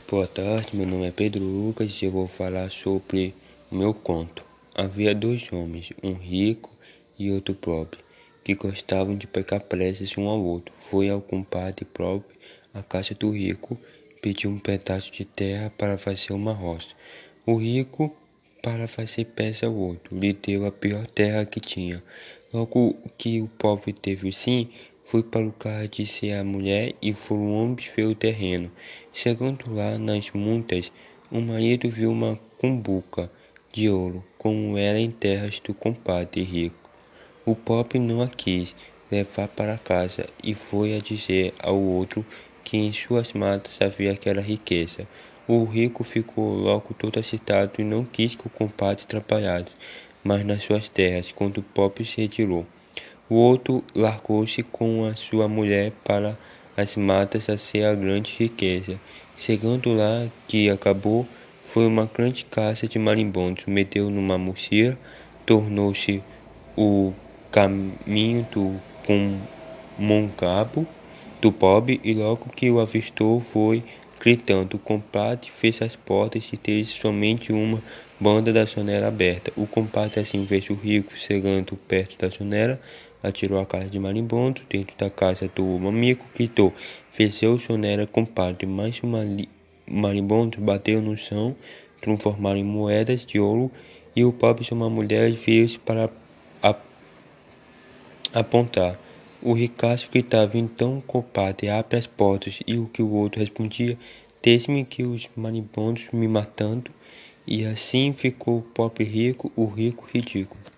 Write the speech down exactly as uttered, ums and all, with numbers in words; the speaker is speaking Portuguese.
Boa tarde, meu nome é Pedro Lucas e eu vou falar sobre o meu conto. Havia dois homens, um rico e outro pobre, que gostavam de pegar presentes um ao outro. Foi ao compadre pobre à casa do rico, pediu um pedaço de terra para fazer uma roça. O rico, para fazer peça ao outro, lhe deu a pior terra que tinha. Logo que o pobre teve sim, foi para o lugar de ser a mulher e foram ambos ver o terreno. Chegando lá nas montas, o marido viu uma cumbuca de ouro, como era em terras do compadre rico. O pobre não a quis levar para casa e foi a dizer ao outro que em suas matas havia aquela riqueza. O rico ficou logo todo excitado e não quis que o compadre trabalhasse mais nas suas terras, quando o pobre se retirou. O outro largou-se com a sua mulher para as matas a ser a grande riqueza. Chegando lá, que acabou, foi uma grande caça de marimbondos. Meteu numa mochila, tornou-se o caminho do Comongabo do pobre, e logo que o avistou foi gritando. O compadre fez as portas e teve somente uma banda da janela aberta. O compadre assim fez o rico chegando perto da janela, atirou a casa de marimbondo. Dentro da casa do amigo, gritou: fechou a janela, compadre. Mas o marimbondo bateu no chão, transformaram em moedas de ouro, e o pobre chamou a mulher e veio para a apontar. O ricaço gritava: então, compadre, abre as portas. E o que o outro respondia: deixe-me que os marimbondos me matando. E assim ficou o pobre rico, o rico ridículo.